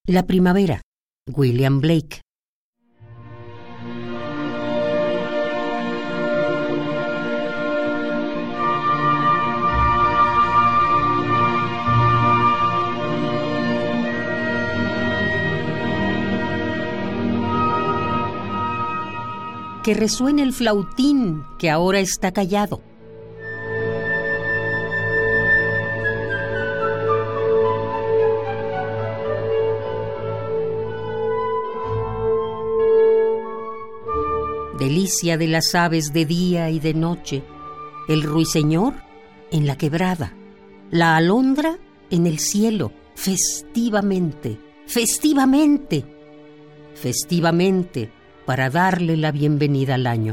La primavera, William Blake. Que resuene el flautín que ahora está callado. Delicia de las aves de día y de noche, el ruiseñor en la quebrada, la alondra en el cielo, festivamente, festivamente, festivamente, para darle la bienvenida al año.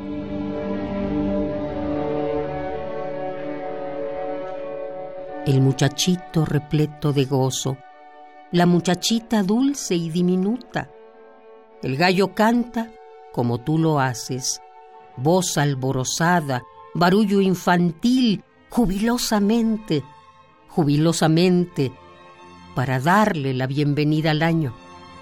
El muchachito repleto de gozo, la muchachita dulce y diminuta. El gallo canta como tú lo haces, voz alborozada, barullo infantil, jubilosamente, jubilosamente, para darle la bienvenida al año.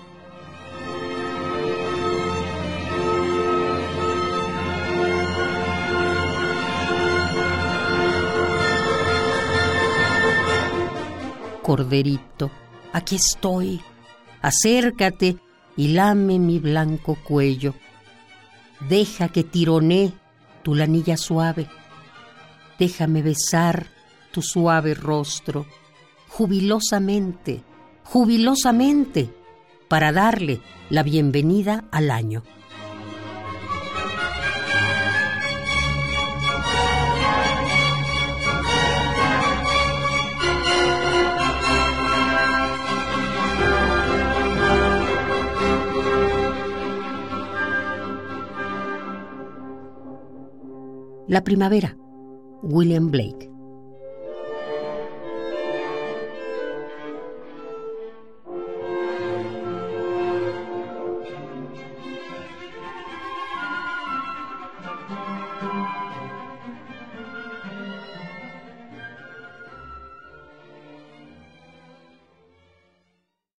Corderito, aquí estoy, acércate y lame mi blanco cuello. Deja que tironee tu lanilla suave, déjame besar tu suave rostro, jubilosamente, jubilosamente, para darle la bienvenida al año. La primavera, William Blake.